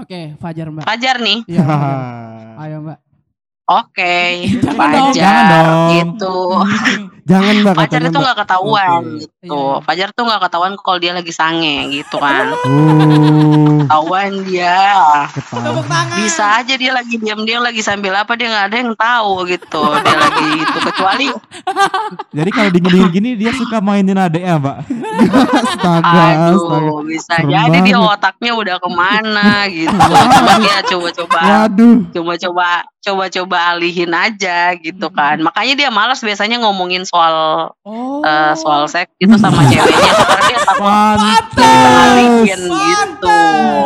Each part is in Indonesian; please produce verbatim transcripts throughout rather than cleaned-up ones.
Oke, Fajar Mbak. Fajar nih. Iya, Fajar. Ayo Mbak. Oke, Jangan Fajar dong. Jangan dong. gitu. Jangan Mbak Fajar katanya itu Mbak. nggak ketahuan Oke. gitu. Iya, iya. Fajar tuh nggak ketahuan kalau dia lagi sange gitu kan. Oh. Ketahuan dia. Tepuk tangan. Bisa aja dia lagi diam-diam lagi sambil apa dia nggak ada yang tahu gitu. Dia lagi itu kecuali Jadi kalau dingin-dingin gini dia suka mainin adeknya Mbak. Astaga, astaga. aduh bisa Serem jadi dia banget. otaknya udah kemana gitu. Coba dia coba-coba Waduh. coba-coba coba-coba alihin aja gitu kan. Makanya dia malas biasanya ngomongin soal Oh. eh, soal seks gitu sama ceweknya karena dia takut Pantes. ngalihin gitu.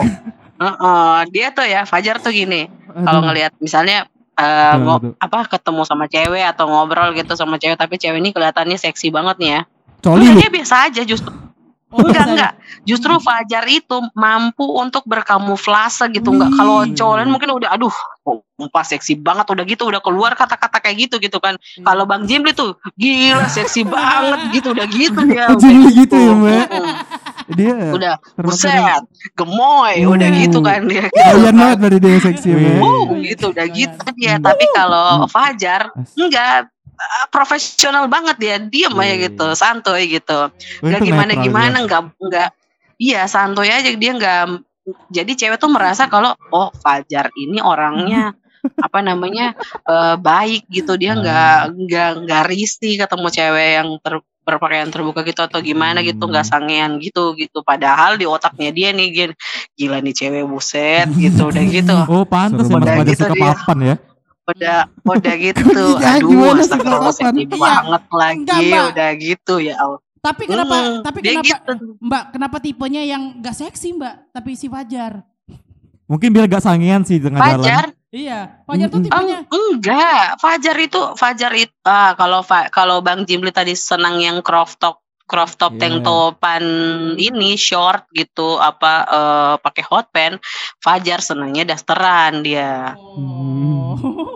Heeh, dia tuh ya Fajar tuh gini. Kalau ngelihat misalnya eh, Betul, ngo- betul. apa ketemu sama cewek atau ngobrol gitu sama cewek tapi cewek ini kelihatannya seksi banget nih ya. Coli Enggak, lu. dia biasa aja justru. Oh, enggak, biasa enggak. Justru Fajar itu mampu untuk berkamuflase gitu. Enggak kalau cowok lain mungkin udah aduh, sumpah seksi banget udah gitu udah keluar kata-kata kayak gitu gitu kan. Kalau Bang Jimli tuh gila seksi banget gitu udah gitu dia. Oh, Jimli udah gitu ya, Mbak? Mm-mm. Dia Udah termasuk buset, gemoy Uh. udah gitu kan dia. Doyan banget berarti dia seksi ya, Mbak. Wow, gitu udah gitu dia. Tapi kalau Fajar enggak eh, profesional banget dia, diem aja gitu, santuy gitu. Oh, Enggak itu gimana netral gimana, dia. enggak enggak. Iya, santuy aja dia enggak. Jadi cewek tuh merasa kalau oh Fajar ini orangnya apa namanya eh, baik gitu, dia enggak enggak enggak risih ketemu cewek yang ter, berpakaian terbuka gitu atau gimana gitu, enggak sangean gitu gitu. Padahal di otaknya dia nih gini, gila nih cewek buset gitu udah gitu. Oh, pantes ya Mas Udah Fajar gitu suka dia. papan ya. Udah udah gitu. Ya, Aduh, gimana astagfirullah suka kapan? sedih Iya. banget lagi Enggak, Mbak. udah gitu ya Allah. Tapi kenapa Hmm, tapi dia kenapa gitu. Mbak, kenapa tipenya yang enggak seksi, Mbak, tapi si Fajar? Mungkin biar gak sangean sih tengah jalan. Fajar Iya, Fajar tuh Mm-mm. tipenya. Eng- enggak, Fajar itu Fajar itu ah kalau Fa- kalau Bang Jimli tadi senang yang crop top crop top Iya. tank topan ini short gitu apa eh, pakai hot pants. Fajar senangnya dasteran dia. Oh.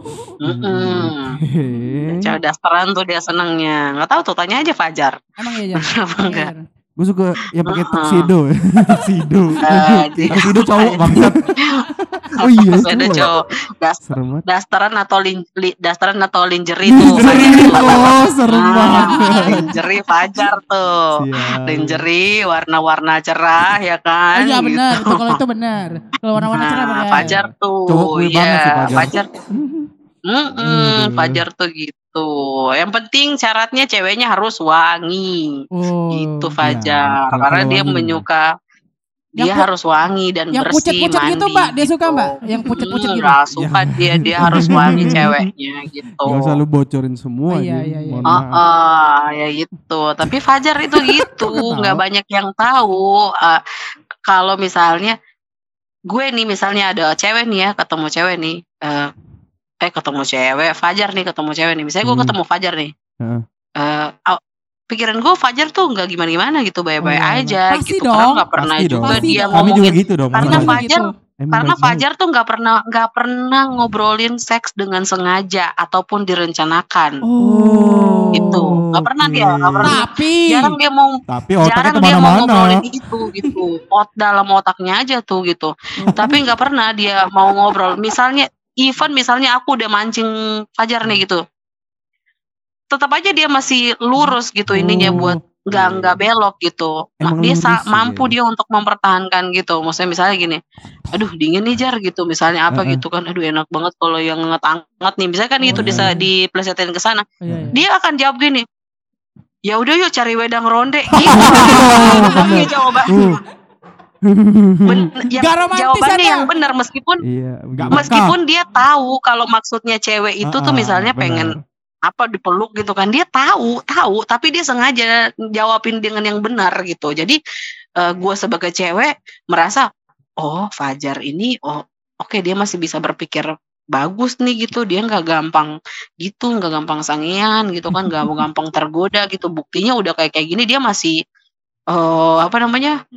Mm-mm. Hehehe. Cewek dasteran tuh dia senangnya. Nggak tahu tuh tanya aja Fajar. Emang iya, Jar? Kenapa Emang enggak? iya, Jar? Gue suka yang pakai Uh-uh. tuxedo. Tuxedo. Eh, dia- Tuxedo cowok bangsat. Oh iya, Terus ada cowok ya? cowok das- Serem banget. dasteran atau lin, li- dasteran atau lingerie tuh Lingerie, Fajar tuh. oh serem Ah, banget. lingerie Fajar tuh. Sial. Lingerie warna-warna cerah ya Oh kan. iya gitu. benar, itu kalau itu benar. Kalau warna-warna cerah Nah, pakai. Fajar tuh. Cowok cool Iya, banget sih Fajar. Fajar. Mm-mm, Aduh. Fajar tuh gitu. Yang penting syaratnya ceweknya harus wangi. Oh. Gitu Ya, Fajar. kalau- Karena kalau dia wangi menyuka Yang dia pu- harus wangi dan yang bersih pucet-pucet mandi. gitu, Mbak. Dia suka, gitu. Mbak? Yang pucet-pucet Hmm, gitu. nggak suka dia, dia harus wangi ceweknya gitu. Gak usah lu bocorin semua Oh, iya, aja. iya, iya. Mohon Oh, maaf. oh, ya gitu. Tapi Fajar itu gitu, Kok nggak tahu? banyak yang tahu. Eh, kalau misalnya gue nih, misalnya ada cewek nih ya, ketemu cewek nih, eh, eh ketemu cewek, Fajar nih ketemu cewek nih. Misalnya gue Hmm. ketemu Fajar nih, Heeh. eh, aw- pikiran gue Fajar tuh nggak gimana-gimana gitu, baik-baik Oh, iya, aja pasti gitu. dong. Karena nggak pernah Pasti juga dong. Pasti dia dong. Kami juga ngomongin. gitu dong. Karena Pasti Mas. Fajar gitu. Emang Karena baik banget. Fajar tuh nggak pernah nggak pernah ngobrolin seks dengan sengaja ataupun direncanakan. Oh. Itu nggak pernah dia, nggak pernah. Tapi Jarang dia mau Tapi otaknya jarang dia mau kemana-mana. ngobrolin itu gitu. Ot dalam otaknya aja tuh gitu. Tapi nggak pernah dia mau ngobrol. Misalnya even misalnya aku udah mancing Fajar nih gitu. Tetap aja dia masih lurus gitu ininya Oh, buat nggak iya. nggak belok gitu. Ma- Emang Dia sa- lurus mampu ya. dia untuk mempertahankan gitu. Maksudnya misalnya gini, aduh dingin nih Jar gitu. Misalnya apa Heeh. gitu kan, aduh enak banget kalau yang nget-nget nih. Misalnya kan Oh, gitu iya. bisa diplesetin ke sana. Iya, iya. Dia akan jawab gini, ya udah yuk cari wedang ronde. Gitu. Tapi bener. jawaban Uh. ben- yang, Gak romantis jawabannya ada. yang benar meskipun Iya, nggak meskipun dia tahu kalau maksudnya cewek itu tuh Heeh, misalnya benar. pengen apa dipeluk gitu kan, dia tahu tahu tapi dia sengaja jawabin dengan yang benar gitu. Jadi gue sebagai cewek merasa oh Fajar ini oh oke dia masih bisa berpikir bagus nih gitu, dia nggak gampang gitu, nggak gampang sangean gitu kan, nggak gampang tergoda gitu. Buktinya udah kayak kayak gini dia masih eh apa namanya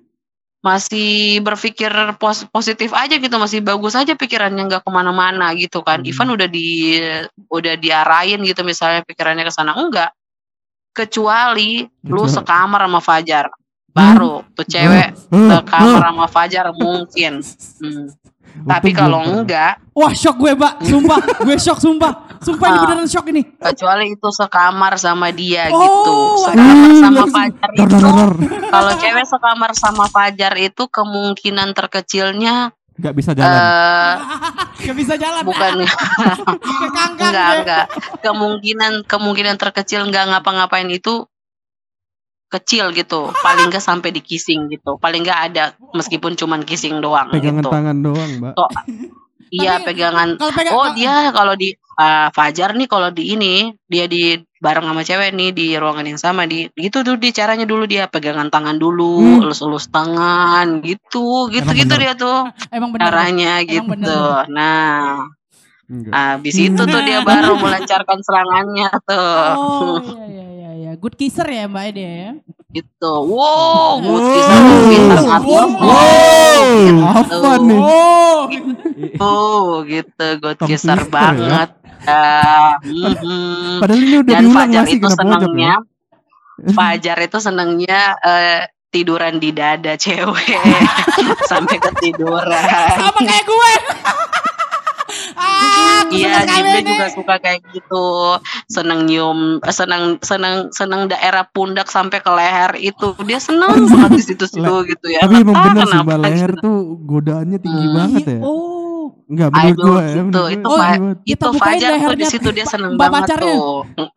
masih berpikir pos- positif aja gitu, masih bagus aja pikirannya, nggak kemana-mana gitu kan. Hmm. Ivan udah di udah diarahin gitu misalnya pikirannya ke sana, enggak, kecuali lu Kecuali- sekamar sama Fajar baru tuh cewek Uh, uh, sekamar sama Fajar mungkin. Hmm. Tapi Untung kalau belum pernah. enggak, Wah shock gue mbak, sumpah, gue shock sumpah, sumpah ini Ah. beneran shock ini. kecuali itu sekamar sama dia Oh, gitu. waduh. Sekamar sama langsung. Fajar Dar, itu, dar, dar, dar. kalau cewek sekamar sama Fajar itu kemungkinan terkecilnya Nggak bisa jalan. eh Gak bisa jalan. bukan Kekangkang enggak deh. enggak kemungkinan kemungkinan terkecil enggak ngapa-ngapain itu kecil gitu, paling enggak sampai di kissing gitu, paling enggak ada meskipun cuman kissing doang Pegangan gitu. tangan doang, Mbak. So, iya Tapi pegangan. Kalau pegang, Oh dia kalau di ah, Fajar nih kalau di ini dia di bareng sama cewek nih di ruangan yang sama di gitu tuh di caranya dulu dia pegangan tangan dulu, Hmm. elus-elus tangan gitu, gitu Emang gitu bener. dia tuh emang bener. caranya Emang gitu. bener. Nah, Enggak. habis itu tuh dia baru melancarkan serangannya tuh. Oh iya iya iya iya. Good kisser ya mbak dia ya. Gitu. Wow, good Wow. kisser bintang Wow. atom. Wow. Apa nih? Oh. Oh, gitu, good Tom kisser Twister ya? banget. Ya, mhm. Padahal ini udah Dan diulang Fajar masih itu kena pojok ya. senengnya, Fajar itu senengnya eh, tiduran di dada cewek sampai ketiduran. Sama kayak gue. ah, aku Iya, suka sekali Jimbe nih. juga suka kayak gitu. Seneng nyium, eh, seneng seneng seneng daerah pundak sampai ke leher itu. Dia seneng banget di situ-situ gitu ya. Tapi emang Entah benar sih, kenapa Mbak, leher gitu. tuh godaannya tinggi Hmm. banget ya. Oh. Enggak, menurut Aduh, gua ya. gitu. menurut Itu gua Fa- tinggi banget. Kita Itu bukain Fajar tuh di lehernya situ dia seneng mbak banget pacarnya. tuh.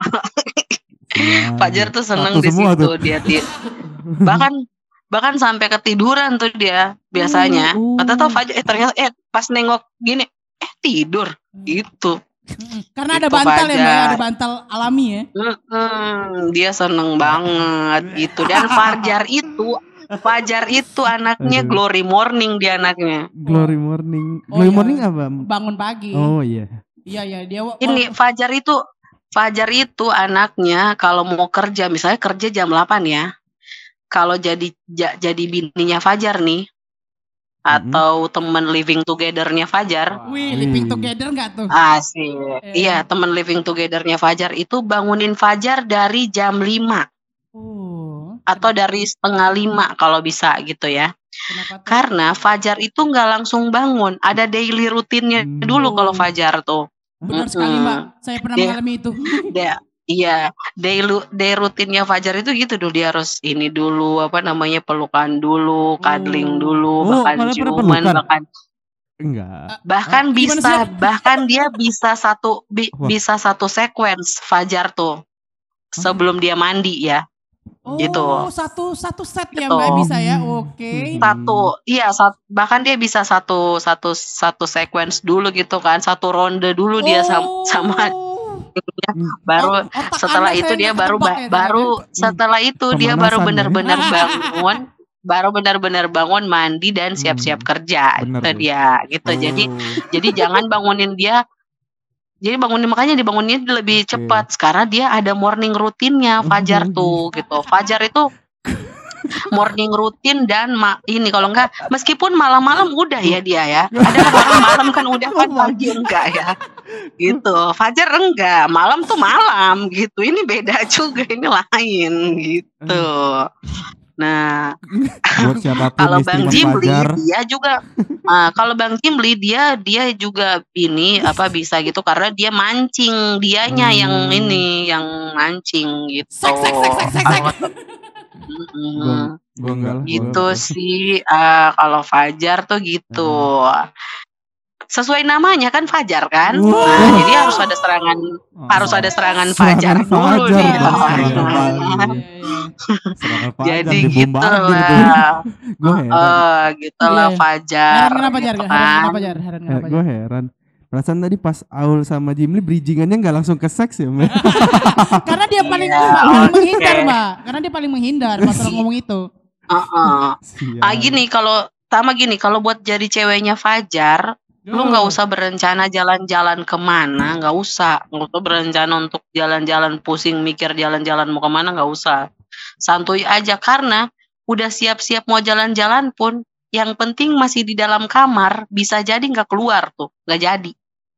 Iya, Fajar iya. tuh seneng Satu di semua situ tuh. dia di bahkan bahkan sampai ketiduran tuh dia biasanya. Uh, uh. Kata tau Fajar eh ternyata eh pas nengok gini eh tidur gitu. Mm-mm. Karena ada Gitu, bantal ya mbak ya, Fajar. ada bantal alami ya. Mm-mm, dia seneng banget gitu. Dan Fajar itu Fajar itu anaknya Aduh. Glory Morning dia anaknya. Glory morning. Oh, Glory iya. morning apa? Bangun pagi. Oh iya. Iya iya dia. Ini Fajar itu Fajar itu anaknya kalau mau kerja misalnya kerja jam delapan ya. Kalau jadi ja- jadi bininya Fajar nih atau teman living together-nya Fajar. Wih, living together nggak tuh? Asik. Eh. Iya, teman living together-nya Fajar itu bangunin Fajar dari jam lima Oh. atau dari setengah lima kalau bisa gitu ya. Kenapa tuh? Karena Fajar itu nggak langsung bangun, ada daily rutinnya Hmm. dulu kalau Oh. Fajar tuh. Benar sekali mbak, saya pernah Dia- mengalami itu. Dia, iya, day, lu- day rutinnya Fajar itu gitu dulu, dia harus ini dulu apa namanya pelukan dulu, cuddling Oh. dulu, Oh, bahkan malah pernah ciuman, pelukan? bahkan Enggak. bahkan Ah, gimana bisa sih? bahkan dia bisa satu bi- Wah. bisa satu sequence Fajar tuh sebelum dia mandi ya. Oh, Gitu. satu satu set ya Gitu. mbak bisa ya, oke. Hmm. Satu, iya, sat- bahkan dia bisa satu satu satu sequence dulu gitu kan, satu ronde dulu dia sama, Oh. sama baru Ot- otak setelah Anda itu saya dia nggak baru ketebak ba- ya, baru ternyata. setelah itu dia Pemanasan baru ya. benar-benar bangun baru benar-benar bangun mandi dan Hmm. siap-siap kerja Bener itu sih. dia gitu. Oh. Jadi jadi jangan bangunin dia, jadi bangunin makanya dibangunin lebih Oke. cepat karena dia ada morning rutinnya Fajar Oh, tuh gitu. Fajar itu morning rutin dan ma- ini kalau enggak meskipun malam-malam udah ya dia ya. Ada kan orang malam kan udah kan pagi enggak ya. Gitu. Fajar enggak, malam tuh malam gitu. Ini beda juga, ini lain gitu. Nah, Buat siapapun kalau istri Bang Bang Jimli Fajar. dia juga ah, kalau Bang Jimli dia dia juga ini apa bisa gitu karena dia mancing, dianya Hmm. yang ini yang mancing gitu. Sek, sek, sek, sek, sek, sek. Mm-mm. Gua, gua enggak lah. Gitu gua- sih ah, kalau Fajar tuh gitu. Sesuai namanya kan Fajar kan. Wow. Nah, jadi harus ada serangan Oh. harus ada serangan Serangan Fajar dulu Fajar nih. dong, Iya, serangan iya, Fajar. iya, iya. Serangan Fajar Jadi gitu dibombardir tuh. lah. Gue heran. Eh, gitu lah Iya. Fajar. Heran kenapa jar? gitu Heran kan. kenapa jar? Heran Eh, kenapa gue jar? heran. Perasaan tadi pas Aul sama Jimli bridgingannya nggak langsung ke seks ya, Mbak? Karena dia paling Iya, paling oke. menghindar mbak. Karena dia paling menghindar pas orang ngomong itu. Heeh. Sial. Ah gini kalau sama gini kalau buat jadi ceweknya Fajar, lu nggak usah berencana jalan-jalan kemana, nggak usah, nggak usah berencana untuk jalan-jalan pusing mikir jalan-jalan mau kemana, nggak usah, santuy aja karena udah siap-siap mau jalan-jalan pun, yang penting masih di dalam kamar, bisa jadi nggak keluar tuh, nggak jadi.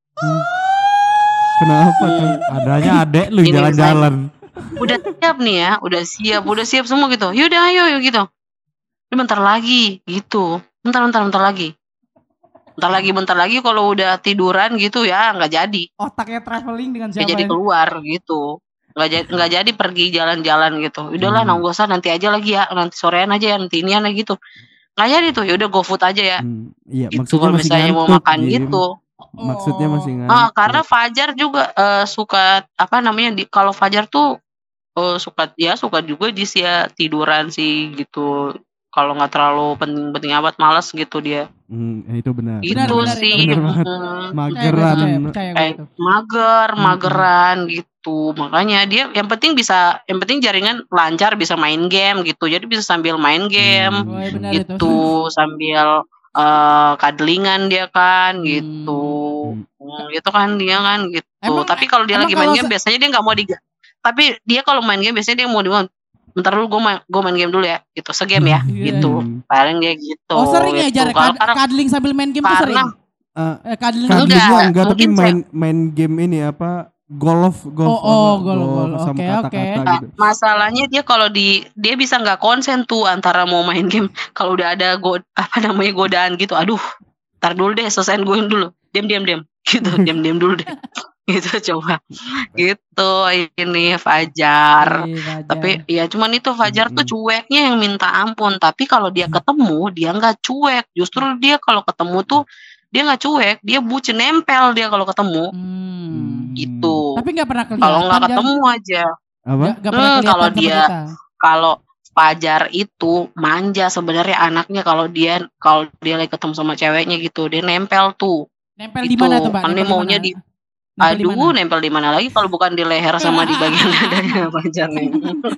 Kenapa tuh? Adanya adek lu Ini jalan-jalan. Udah siap nih ya, udah siap, udah siap semua gitu. Yaudah ayo, ayo gitu. Ini bentar lagi gitu, bentar bentar bentar lagi. Bentar lagi bentar lagi kalau udah tiduran gitu ya nggak jadi. Otaknya traveling dengan Nggak siapa jadi ya? keluar gitu. Nggak jadi nggak jadi pergi jalan-jalan gitu. Udahlah Hmm. nggak usah nanti aja lagi ya, nanti sorean aja ya, nanti inian aja gitu. Nggak jadi tuh, ya udah GoFood aja ya. Hmm, iya, Gitu maksudnya kalau masih misalnya mau ngantuk, makan Jim. gitu. Maksudnya masih Oh. ngantuk. Ah, karena Fajar juga eh, suka apa namanya di kalau Fajar tuh eh, suka ya suka juga dia sih ya tiduran sih gitu. Kalau nggak terlalu penting-penting amat, malas gitu dia. Hmm, ya itu benar. Itu Benar, benar, itu sih. Benar benar. banget. mm, Percaya gue, Mageran. percaya, percaya gue eh, itu. mager, Mm-mm. mageran gitu. Makanya dia yang penting bisa, yang penting jaringan lancar, bisa main game gitu. Jadi bisa sambil main game Hmm. Oh, iya benar itu. gitu, sambil eh kadlingan dia kan Hmm. gitu. Hmm. Hmm, gitu kan dia kan gitu. Emang- Tapi kalau dia emang lagi main kalau game se- biasanya dia nggak mau diga. Tapi dia kalau main game biasanya dia mau di bentar dulu gue main, gue main game dulu ya gitu, segame ya Iya, gitu. Hmm. Paling dia gitu. Oh sering ya gitu. Jar, Kalau Kad- karena cuddling sambil main game tuh sering? karena Eh, Eh, cuddling Enggak, Kadlingnya enggak, tapi mungkin main main game ini apa? Golf, golf, Oh, oh, apa, golf, golf. sama Oke, kata-kata oke. gitu. masalahnya dia kalau di dia bisa nggak konsen tuh antara mau main game kalau udah ada go, apa namanya godaan gitu. Aduh, tar dulu deh, selesaiin gue dulu. Diam diam diam. Gitu, diam diam dulu deh. Gitu coba. Gitu ini Fajar. Iya, Fajar. Tapi ya cuman itu Fajar tuh Mm-mm. cueknya yang minta ampun. Tapi kalau dia ketemu dia nggak cuek. Justru dia kalau ketemu tuh dia nggak cuek. Dia bucin, nempel dia kalau ketemu. Hmm. Gitu. Tapi nggak pernah kelihatan. Kalau nggak Jar. ketemu aja. Apa? Nggak- nggak pernah Hmm, kelihatan kalau sama dia- kita. Kalau Fajar itu manja sebenarnya anaknya, kalau dia kalau dia lagi ketemu sama ceweknya gitu, dia nempel tuh. Nempel di Gitu. mana tuh, Mbak? Kan dia Nempel maunya mana? di- Nempel di Aduh, mana? nempel di mana lagi kalau bukan di leher sama di bagian dadanya Fajar nih.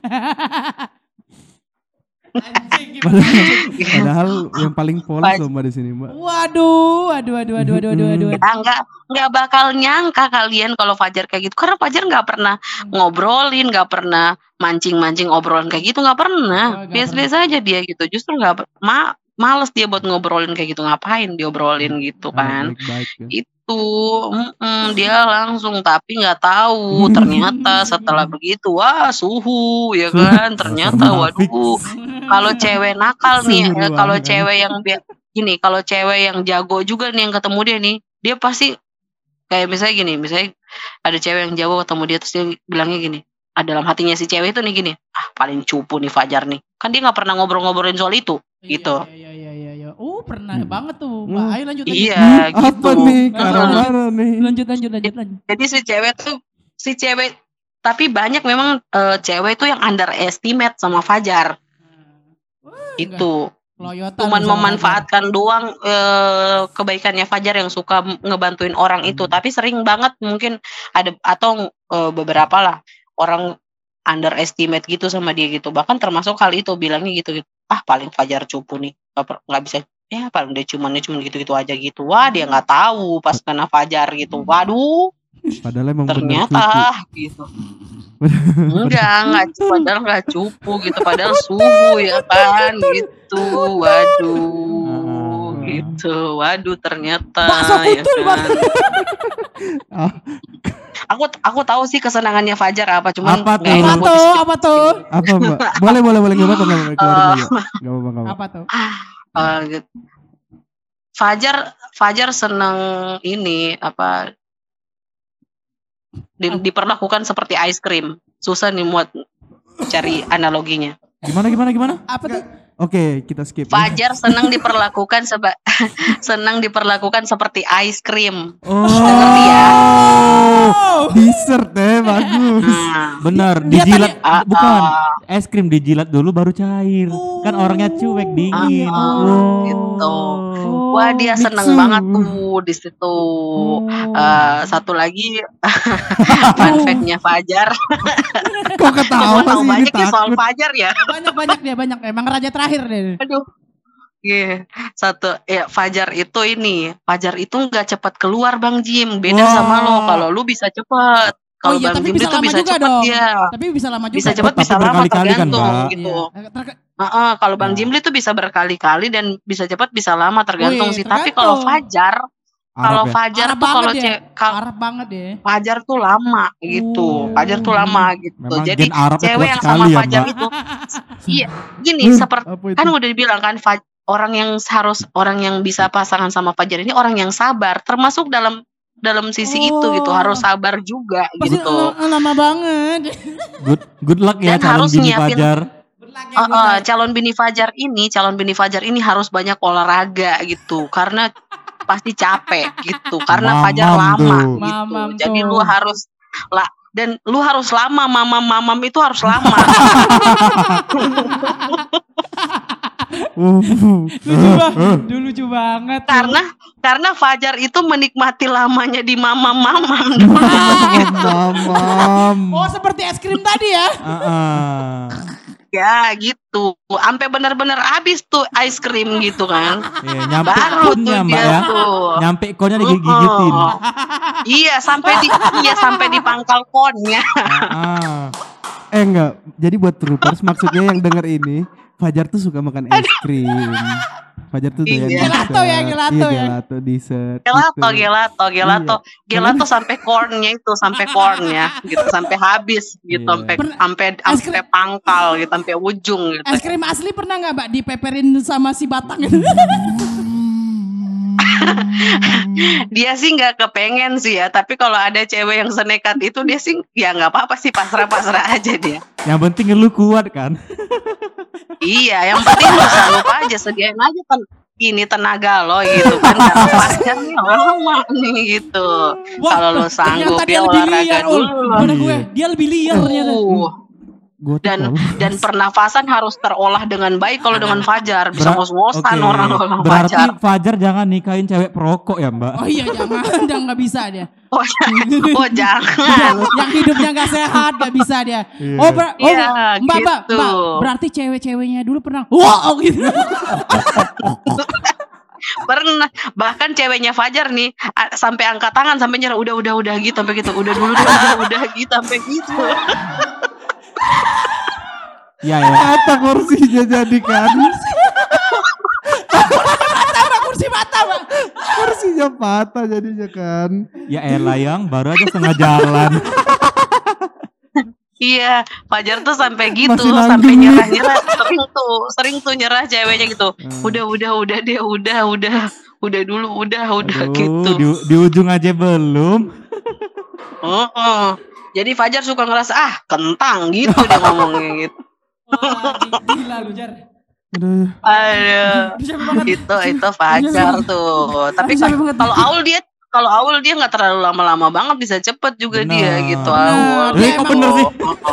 Anjing, gimana anjing? Padahal yang paling polos Pas- loh Mbak di sini, Mbak. Waduh, aduh, aduh, aduh, aduh, aduh, aduh. Ya, nggak nggak bakal nyangka kalian kalau Fajar kayak gitu, karena Fajar nggak pernah ngobrolin, nggak pernah mancing-mancing obrolan kayak gitu, nggak pernah. Oh, nggak Biasa-biasa aja dia gitu. Justru nggak per- ma males dia buat ngobrolin kayak gitu, ngapain diobrolin gitu Ah, kan. baik-baik ya. Itu mm-mm, dia langsung, tapi nggak tahu ternyata setelah begitu wah suhu ya kan, ternyata Munafik. waduh. Kalau cewek nakal nih, Suhu eh, kalau ruangan. cewek yang bia- gini, kalau cewek yang jago juga nih yang ketemu dia nih, dia pasti kayak misalnya gini, misalnya ada cewek yang jago ketemu dia terus dia bilangnya gini, ah, dalam hatinya si cewek itu nih gini, ah paling cupu nih Fajar nih, kan dia nggak pernah ngobrol-ngobrolin soal itu, gitu. Iya, iya, iya, iya. Oh, pernah Hmm. banget tuh, Mbak. Hmm. Ayo lanjut, lanjut. Iya, Hmm, gitu. apa nih? Ke arah Lanjut. mana nih? Lanjut, lanjut, lanjut, lanjut. Jadi si cewek tuh, si cewek, tapi banyak memang eh, cewek tuh yang underestimate sama Fajar, Wah, itu. Loyotan Cuman sama memanfaatkan doang eh, kebaikannya Fajar yang suka m- ngebantuin orang itu, Hmm. tapi sering banget mungkin ada atau eh, beberapa lah orang underestimate gitu sama dia gitu, bahkan termasuk kali itu bilangnya gitu, gitu ah paling Fajar cupu nih, nggak per- nggak bisa, ya paling dia cuman dia cuman gitu-gitu aja gitu. Wah dia nggak tahu pas kena Fajar gitu, waduh Padahal emang bener cupu. ternyata gitu. Enggak, enggak, padahal enggak cupu gitu, padahal suhu ya kan gitu. Waduh, Ah. gitu. Waduh, ternyata Bakso ya kutul, Bang. kan. Ah, Aku aku tahu sih kesenangannya Fajar apa, cuman Apa nggak tuh? enak Apa buat tuh? di- Apa tuh? apa Mbak? Boleh, boleh, boleh. Gak apa-apa, gak apa-apa. Keluarin Eh, aja. Gak apa-apa, gak apa-apa. Apa tuh? eh, gitu. Fajar Fajar seneng ini apa di- diperlakukan seperti ice cream. Susah nih buat cari analoginya. Gimana, gimana, gimana? Apa tuh? Oke, kita skip. Fajar senang diperlakukan seba senang diperlakukan seperti ice cream. Oh, Ngerti ya? dessert deh, bagus. Nah, Benar, Dia dijilat. ah, Bukan, ah, es krim dijilat dulu baru cair. Kan orangnya cuek, dingin. Ah, Oh. gitu. Wah dia seneng Mixu. banget tuh di situ. Oh. Eh, satu lagi fun fact-nya Fajar. Kok ketawa Gua tahu sih, ini banyak ya soal takut. Fajar ya. Banyak, banyak dia, banyak. Emang raja terakhir deh. Aduh. Iya, satu ya Fajar itu ini, Fajar itu nggak cepat keluar Bang Jim, beda Wah. sama lo. Kalau lu bisa cepat, Oh kalau iya, Bang tapi Jim bisa itu lama bisa juga cepat dong. dia, Tapi bisa lama juga. bisa cepat Tapi bisa lama berkali-kali kan, tergantung Mbak? gitu. Iya. Ter- Heeh, kalau Bang Ya. Jimli tuh bisa berkali-kali dan bisa cepat bisa lama tergantung Wih, sih. Tapi kalau tergantung. Fajar, kalau Arab ya? Fajar Arab tuh banget kalau ya. cek kalau Arab banget ya. Fajar tuh lama gitu. Oh. Fajar tuh lama gitu. Memang Jadi gen Arabnya cewek kuat yang sekali sama ya, Fajar Mbak. itu iya, gini Hmm, seperti apa itu? kan udah dibilang kan Fa- orang yang harus orang yang bisa pasangan sama Fajar ini orang yang sabar, termasuk dalam dalam sisi itu gitu, Oh. harus sabar juga Pasti gitu. lama, lama banget. Good good luck ya Dan calon harus bini nyiapin- Fajar. Uh, uh, calon bini Fajar ini, calon bini Fajar ini harus banyak olahraga gitu, karena pasti capek gitu, karena Mamam Fajar lama tuh. gitu. Mamam Jadi tuh. lu harus lah dan lu harus lama, mamam mamam itu harus lama. Uh, Lucu banget. Dulu lucu banget. tuh. karena karena Fajar itu menikmati lamanya di mamam mamam. mamam. Oh seperti es krim tadi ya. Heeh. Ya gitu, sampai benar-benar habis tuh ice cream gitu kan. Iya, nyampe Baru tuh konnya Mbak dia ya. tuh. Nyampe konnya digigitin. Oh. Iya sampai di iya sampai di pangkal konnya. Heeh. Eh enggak, jadi buat troopers maksudnya yang denger ini, Fajar tuh suka makan es krim. Fajar tuh doyan Iya. Gelato ya, gelato iya, ya. gelato, dessert. Gelato, gitu. gelato, gelato, Iya. gelato sampai cornnya itu, sampai cornnya, gitu, sampai habis, gitu, Iya. sampai Per- sampai es krim- sampai pangkal, gitu, sampai ujung, gitu. Es krim asli pernah nggak Mbak dipeperin sama si batang itu? Dia sih nggak kepengen sih ya, tapi kalau ada cewek yang senekat itu dia sih ya nggak apa-apa sih, pasrah-pasrah aja dia. Yang penting lu kuat kan. Iya, yang penting lu sanggup aja, sediain aja kan ini tenaga lo gitu kan, karena pacarnya lama nih gitu. Kalau lu sanggup ternyata dia ya lebih olahraga liar, Ul. dulu. Gimana gue? Iya. Dia lebih liar ternyata. Uh, Gua tuh dan kalau- dan pernafasan harus terolah dengan baik kalau dengan Fajar, bisa Ber- ngos-ngosan Oke. orang-orang Berarti Fajar. Fajar jangan nikahin cewek perokok ya Mbak. Oh iya jangan, udah nggak bisa dia. Oh, oh jangan. Yang hidupnya nggak sehat nggak bisa dia. Iya. Oh, ber- oh Iya, mbak, mbak, gitu. mbak, berarti cewek-ceweknya dulu pernah, wow gitu. Pernah, bahkan ceweknya Fajar nih a- sampai angkat tangan sampai nyerah, udah udah udah gitu sampai gitu, udah dulu deh, udah udah gitu sampai gitu. Iya ya. Kata kursinya jadi kan. Tambah kursi mata mbak. Kursinya patah jadinya kan. Ya elah yang baru aja setengah jalan. Iya, Fajar tuh sampai gitu, Masih sampai nanggung. nyerah-nyerah, sering tuh, sering tuh nyerah ceweknya gitu. Hmm. Udah udah udah deh, udah udah udah dulu, udah udah Aduh, gitu. di, di ujung aja belum. Heeh. Jadi Fajar suka ngerasa ah kentang gitu dia ngomongnya gitu. Wah, gila lu Jar. Aduh. Aduh. Bisa banget. itu itu Fajar tuh. Tapi Bisa banget. kalau Aul dia kalau Aul dia nggak terlalu lama-lama banget, bisa cepet juga Benar. dia gitu Benar. Aul. Dia Eh, kok emang- bener sih?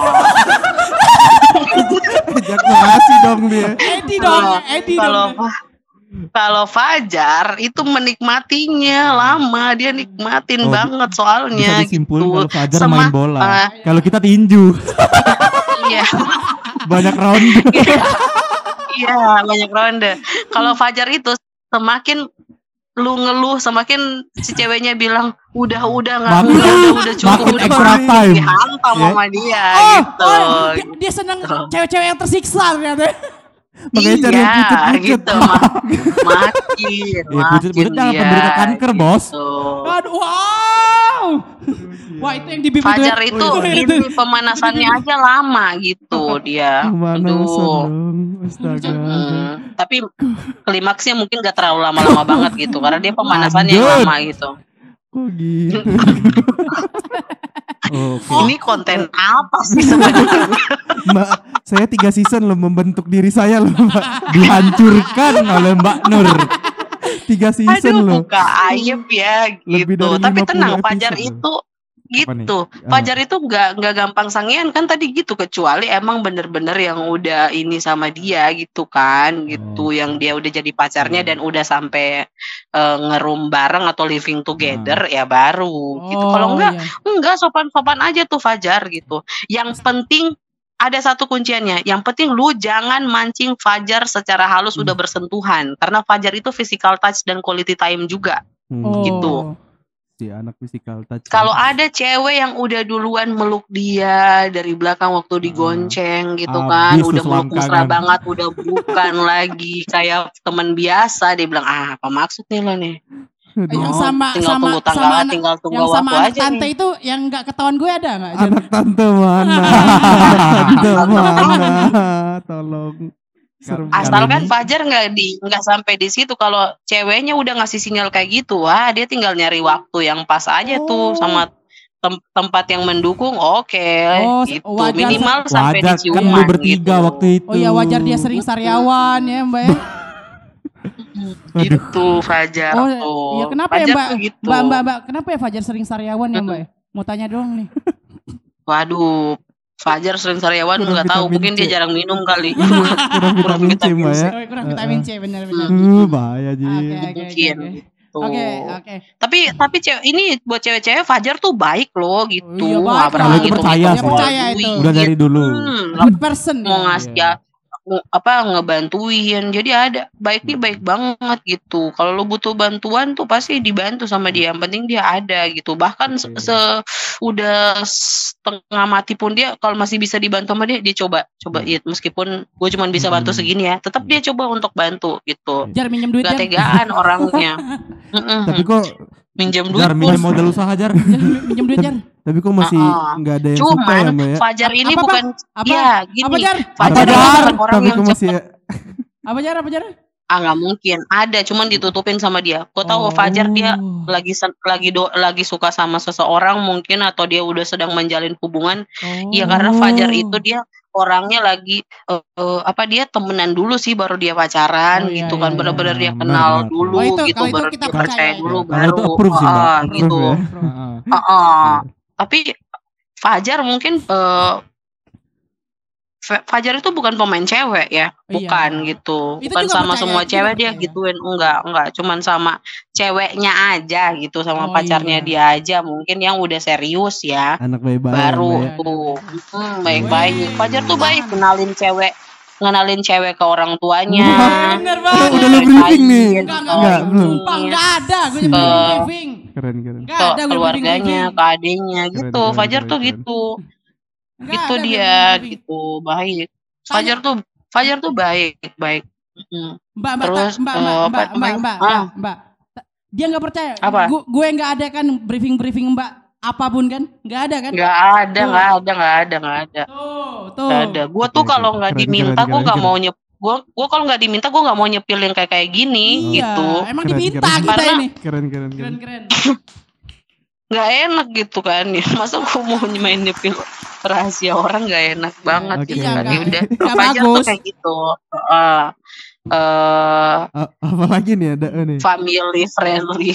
Ejakulasi dong dia. Edi dong, Kalau- Edi Kalau dong. kalau Fajar itu menikmatinya lama, dia nikmatin Oh, banget soalnya Bisa disimpulin gitu. kalau Fajar Sema- main bola. ah, Kalau kita tinju, Iya. banyak round. Iya, banyak ronde. Kalau Fajar itu semakin lu ngeluh, semakin si ceweknya bilang udah udah nggak Makin- udah udah udah cukup makin udah extra cukup." time. Dihantam Ya. sama dia Oh, gitu. oh, dia, dia seneng cewek-cewek yang tersiksa ternyata. Makanya cari yang Iya, pucet-pucet. gitu. Ma- makin, Ya, makin pucet-pucet jangan dia, penderita kanker, Bos. gitu. Aduh, wow. Wah itu yang di bibir Fajar ya. itu Oh, ini pemanasannya aja lama gitu dia. Pemanasan Aduh. dong. Astaga. Hmm, tapi klimaksnya mungkin gak terlalu lama-lama banget gitu, karena dia pemanasannya Lanjut. lama gitu. Kok gitu? Oke. Ini konten apa sih sebenarnya? Mbak, saya tiga season loh membentuk diri saya loh, Mbak. Dihancurkan oleh Mbak Nur. Tiga season Aduh, loh. buka aib ya Lebih gitu. dari Tapi lima puluh tenang, Fajar episode itu gitu. Ah. Fajar itu nggak nggak gampang sangean kan tadi gitu, kecuali emang bener-bener yang udah ini sama dia gitu kan, gitu, Oh. yang dia udah jadi pacarnya dan udah sampai eh, ngerum bareng atau living together ya baru gitu. Kalau enggak iya. enggak sopan-sopan aja tuh Fajar gitu. Yang penting ada satu kunciannya. Yang penting lu jangan mancing Fajar secara halus Hmm. udah bersentuhan, karena Fajar itu physical touch dan quality time juga. Hmm, Oh. gitu. Si anak physical touch. Kalau ada cewek yang udah duluan meluk dia dari belakang waktu digonceng gitu kan, Habis tuh udah meluk mesra selangkangan. banget, udah bukan lagi kayak teman biasa, dia bilang ah apa maksud nih lo nih? Aduh, Yang sama tinggal sama tunggu tanggal, sama anak, tinggal tunggu yang sama waktu anak aja tante nih. itu yang nggak ketahuan gue ada nggak? Jar? anak tante mana? Anak tante mana? Tolong. Serem Asalkan ini- Fajar nggak di nggak sampai di situ. Kalau ceweknya udah ngasih sinyal kayak gitu, wah dia tinggal nyari waktu yang pas aja tuh Oh. sama tem- tempat yang mendukung. Oke, Oh, gitu. wajar- Minimal sampai Wajar di kan ciuman lu bertiga gitu. waktu itu. Oh ya wajar dia sering sariawan ya Mbak ya. Gitu Fajar Oh tuh. iya kenapa Fajar ya Mbak? tuh gitu. Mbak, Mbak, Mbak, kenapa ya Fajar sering sariawan ya Mbak? Mau tanya doang nih. Waduh, Fajar sering sariawan Kurang nggak tahu. vitamin Mungkin C. dia jarang minum kali. Iya, kurang vitamin C vitamin Mbak C. ya. Oh, kurang vitamin C benar-benar. Uh, bahaya Jim. Oke oke oke. Mungkin oke. gitu. Oke oke. Tapi tapi cewek ini buat cewek-cewek Fajar tuh baik loh gitu. Oh, iya, baik Wah, lah. apalagi Kalau itu gitu, percaya gitu, sih. mau Percaya itu. duit. Udah dari dulu. Hmm, Good person mau ya. ngasih Iya. ya apa ngebantuin, jadi ada baik nih baik banget gitu. Kalau lu butuh bantuan tuh pasti dibantu sama dia, yang penting dia ada gitu. Bahkan se, Oke. se- udah setengah mati pun dia kalau masih bisa dibantu sama dia, dia coba coba Hmm. ya, meskipun gue cuma bisa bantu Hmm. segini ya, tetap dia coba untuk bantu gitu. Jar minjem duit Gak Jar. tegaan orangnya. Mm-mm. Tapi kok minjem duit Jar pun. minjem modal usaha Jar. Jar, minjem duit Jar. tapi kok masih Ah, ah. nggak ada yang suka ya Cuman Mbak ya. Fajar ini Apa, apa? bukan Apa? ya gini. Apa Jar? Fajar Apa, ini Jar? bukan orang Tapi yang kok masih Apa Jar? Apa Jar? ah nggak mungkin ada, cuman ditutupin sama dia. Kau tahu Oh. Fajar dia lagi sen- lagi do, lagi suka sama seseorang mungkin, atau dia udah sedang menjalin hubungan. Oh. Ya karena Fajar itu dia orangnya lagi eh, eh, apa dia temenan dulu sih baru dia pacaran Oh, iya, gitu iya, kan, iya. benar-benar dia Benar, kenal benar. dulu Oh, itu- gitu, kalau itu baru kita dia percaya percaya itu. dulu Kalau itu baru approve sih, Mbak. ah, Approve gitu. ya. Heeh. Ah, ah. Tapi Fajar mungkin eh, Fa- Fajar itu bukan pemain cewek ya, Iya. bukan gitu, Itu bukan juga sama percaya, semua itu juga cewek dia percaya. gituin, enggak, enggak, cuman sama ceweknya aja gitu, sama Oh, pacarnya iya. dia aja mungkin yang udah serius ya, anak baik-baik baru Mbak ya. tuh, Iya. hmm, baik-baik. Wih. Fajar tuh baik, kenalin cewek, ngenalin cewek ke orang tuanya, Bener Eh, banget. udah lu briefing nih. Ceritain, Enggak, oh, enggak, Enggak, ini. belum. Sumpah enggak ada gue nyebut Ke- briefing. Keren keren. Enggak ke ada gue keluarganya, briefing. ke adiknya Keren, gitu. keren, Fajar keren, tuh keren. gitu, Enggak gitu ada gue dia, briefing. gitu, baik. Fajar tuh, Fajar tuh baik, baik. Mm. Mbak, mbak, Terus, ta- mbak, eh, mbak, apa mbak, mbak, namanya? mbak, Ah. mbak, mbak. Ta- Dia nggak percaya. Apa? Gu- Gue nggak ada kan briefing-briefing mbak apapun kan? Nggak ada kan? Nggak ada, Tuh. nggak ada, nggak ada, nggak ada, Tuh, tuh. nggak ada. Gue Oke, tuh oke. kalau nggak Keren, diminta, keren, gue nggak keren, mau nyep. Gue, gue kalau nggak diminta, gue nggak mau nyepil yang kayak kayak gini, Iya, gitu. emang Keren, diminta keren. kita Karena- ini. Keren keren Keren, keren. keren. Nggak enak gitu kan ya. Masa gue mau main nyepil rahasia orang, nggak enak banget Oke. gitu Iya, kan. nggak- Ya udah, nggak Fajar tuh bagus. kayak gitu. Eh, eh, A- Apalagi nih ada oh, nih. family friendly.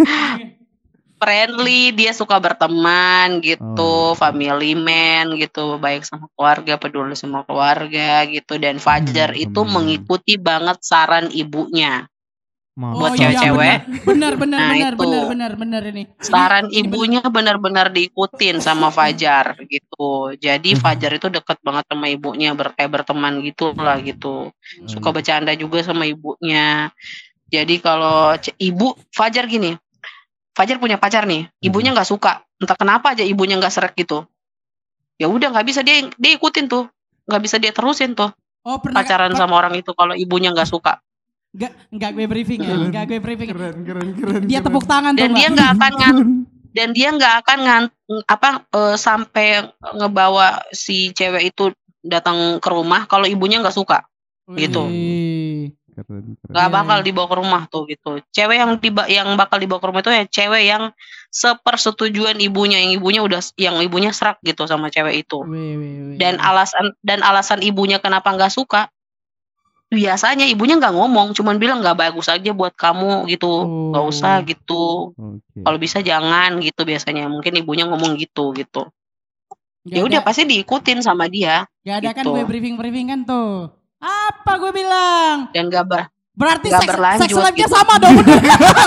Friendly, dia suka berteman gitu, Oh. family man gitu, baik sama keluarga, peduli sama keluarga gitu. Dan Fajar Hmm, itu teman. mengikuti banget saran ibunya. Maaf. Buat iya, cewek-cewek. Benar, benar, Nah, benar, itu. benar, benar, benar ini. Saran Ini- ini ibunya benar-benar diikutin sama Fajar gitu. Jadi Hmm. Fajar itu deket banget sama ibunya, ber kayak berteman gitu lah gitu. Suka bercanda juga sama ibunya. Jadi kalau ce- ibu Fajar gini, Fajar punya pacar nih, ibunya nggak suka, entah kenapa aja ibunya nggak seret gitu. Ya udah nggak bisa dia dia ikutin tuh, nggak bisa dia terusin tuh Oh, pernah pacaran pa- sama orang itu kalau ibunya nggak suka. Enggak, enggak gue briefing ya, Keren. enggak gue briefing. Keren keren keren. Dia keren. tepuk tangan tuh, Dan dia Mbak. nggak akan ngan dan dia nggak akan ngan apa eh, sampai ngebawa si cewek itu datang ke rumah kalau ibunya nggak suka, gitu. Wih. Keren, keren. nggak Iya, bakal iya. dibawa ke rumah tuh gitu. Cewek yang tiba yang bakal dibawa ke rumah itu ya cewek yang sepersetujuan ibunya, yang ibunya udah yang ibunya serak gitu sama cewek itu. Wih, wih, wih. Dan alasan dan alasan ibunya kenapa nggak suka, biasanya ibunya nggak ngomong, cuman bilang nggak bagus aja buat kamu gitu, nggak Oh. usah gitu. Oke. Kalau bisa jangan gitu, biasanya mungkin ibunya ngomong gitu gitu. Nggak Ya udah ada- pasti diikutin sama dia nggak ada kan gitu. gue briefing-briefing kan tuh. Apa gue bilang? dan gak ber, Berarti Nggak seks, berlanjut seks life-nya gitu. sama dong. bener.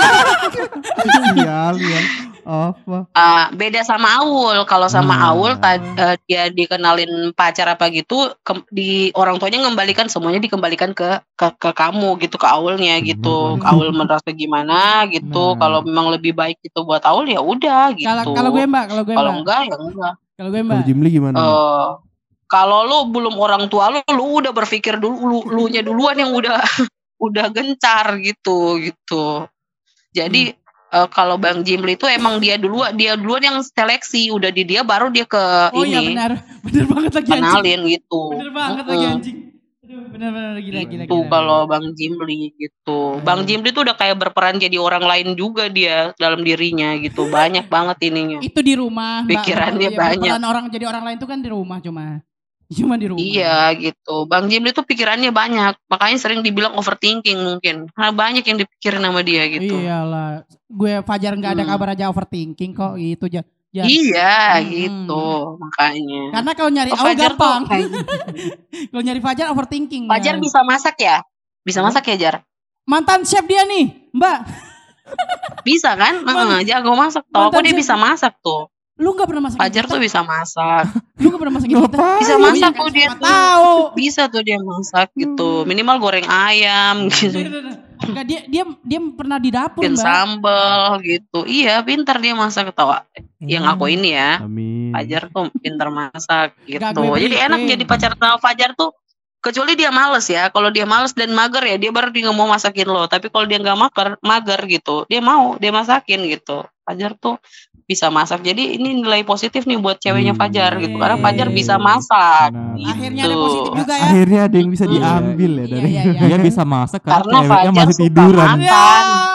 Sial ya. Apa? uh, beda sama Aul. Kalau sama Ah. Aul tad, uh, dia dikenalin pacar apa gitu, ke- di orang tuanya ngembalikan semuanya, dikembalikan ke ke, ke kamu gitu, ke Aulnya gitu. Hmm. Aul merasa gimana gitu. Nah. Kalau memang lebih baik itu buat Aul ya udah gitu. Kalau kalau gue Mbak, kalau gue Kalau Mbak. enggak ya enggak. Kalau gue Kalau Mbak. Jimli gimana? Eh, kalau lu belum orang tua lu, lu udah berpikir dulu, lu, lu nya duluan yang udah udah gencar gitu gitu. Jadi Hmm. eh, kalau Bang Jimli itu emang dia duluan, dia duluan yang seleksi, udah di dia baru dia ke Oh iya ini benar. Benar banget lagi anjing. kenalin gitu. Bener banget Mm-mm. lagi anjing. Aduh. Bener-bener gila gila Tuh gila. kalau Bang Jimli gitu. Bang Jimli tuh udah kayak berperan jadi orang lain juga dia dalam dirinya gitu. Banyak banget ininya. Itu di rumah, Mbak. Pikirannya Ya, banyak. berperan orang jadi orang lain itu kan di rumah cuma. Cuma di rumah. Iya gitu. Bang Jimli tuh pikirannya banyak. Makanya sering dibilang overthinking mungkin. Karena banyak yang dipikirin sama dia gitu. Iyalah. Gue Fajar nggak ada Hmm. kabar aja overthinking kok gitu aja. Ya. Iya Hmm. gitu makanya. Karena kalau nyari Oh, Aul Fajar tuh gampang. kayak- Kalau nyari Fajar overthinking. Fajar ya. bisa masak ya? Bisa masak ya Jar? Mantan chef dia nih, Mbak. Bisa kan? Man- Heeh, jago masak tuh. Aku mantan dia chef. bisa masak tuh. Lu nggak pernah masakin Fajar kita? tuh bisa masak. Lu nggak pernah masakin kita? Ngapain? Bisa Oh iya masak kan, tuh dia siapa tuh. tahu. Bisa tuh dia masak gitu. Minimal goreng ayam gitu. Enggak, dia dia dia pernah di dapur, Bikin Mbak. sambal gitu. Iya, pintar dia masak ketawa. Yang aku ini ya. Amin. Fajar tuh pintar masak gitu. Gak gue Jadi enak beliin. jadi pacar sama Fajar tuh. Kecuali dia males ya. Kalau dia males dan mager ya dia baru dia nggak mau masakin lo. Tapi kalau dia nggak mager, mager gitu, dia mau dia masakin gitu. Fajar tuh bisa masak. Jadi ini nilai positif nih buat ceweknya Hmm. Fajar gitu. Karena Iya. Fajar bisa masak. Benar. Gitu. Akhirnya ada positif juga ya. Akhirnya ada yang bisa Hmm. diambil ya Iya, dari iya, iya. Dia bisa masak karena, Karena ceweknya Fajar masih suka tiduran. makan. Ya.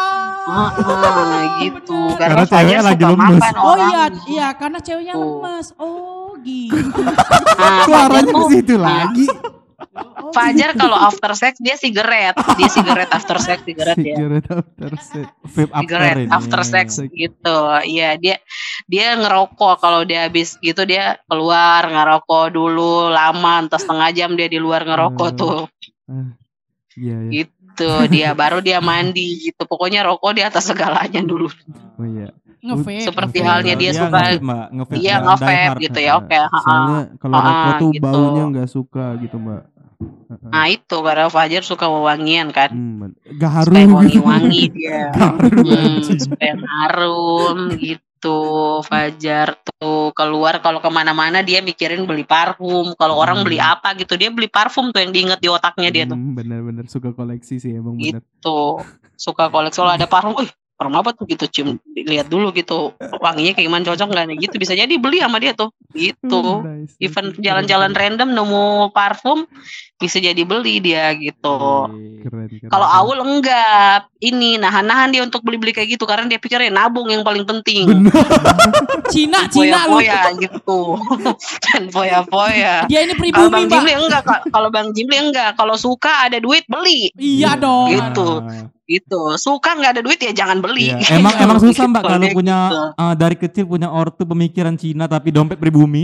Heeh, gitu. Bener. Karena Karena Fajar ceweknya lagi suka lemes. makan Oh iya, orangnya. iya karena ceweknya Tuh. lemes. Oh, gitu. Nah, Fajar Suaranya ke tuh situ lagi. Oh, Fajar kalau after sex dia sigaret, dia sigaret after sex sigaret ya. Cigarette after sex. Vape after Sigaret ini. after sex gitu. Iya, dia dia ngerokok kalau dia habis gitu dia keluar ngerokok dulu lama entah setengah jam dia di luar ngerokok Hmm. tuh. Ah, Iya ya. Gitu, dia baru dia mandi gitu. Pokoknya rokok di atas segalanya dulu. Oh iya. nge-vape. Seperti Nge-vape. halnya dia Iya, suka nge-vape, Mbak. Nge-vape Iya, yang nge-vape die hard. gitu ya. Oke, ha-ha. Soalnya kalau Ah, rokok tuh gitu. baunya nggak suka gitu mbak. Heeh. Nah, itu karena Fajar suka wewangian kan. Hmm, gak harum Supaya gitu. wangi-wangi dia. Harum, Hmm, anjing. supaya harum gitu. Fajar tuh keluar kalau kemana-mana dia mikirin beli parfum. Kalau orang Hmm. beli apa gitu dia beli parfum tuh yang diinget di otaknya dia tuh. Hmm, bener-bener suka koleksi sih emang bener. Gitu. Suka koleksi kalau ada parfum, "Wih, parfum apa tuh?" gitu, cium lihat dulu gitu. Wanginya kayak gimana cocok enggak nih gitu. Bisa jadi beli sama dia tuh. Gitu. Hmm, nice, Even nice. jalan-jalan random nemu parfum bisa jadi beli dia gitu. Keren, keren. Kalau Aul enggak, ini nahan-nahan dia untuk beli-beli kayak gitu karena dia pikirnya nabung yang paling penting. Cina, Cina lu. Foya-foya gitu. Dan foya-foya. Dia ini Kalau pribumi, Bang Mbak. Jimli enggak, Kak. Kalau Bang Jimli enggak. Kalau suka ada duit beli. Iya dong. Gitu. Gitu. Suka nggak ada duit ya jangan beli. Iya. Emang emang susah Mbak Gitu, kalau dia punya gitu. eh, dari kecil punya ortu pemikiran Cina tapi dompet pribumi.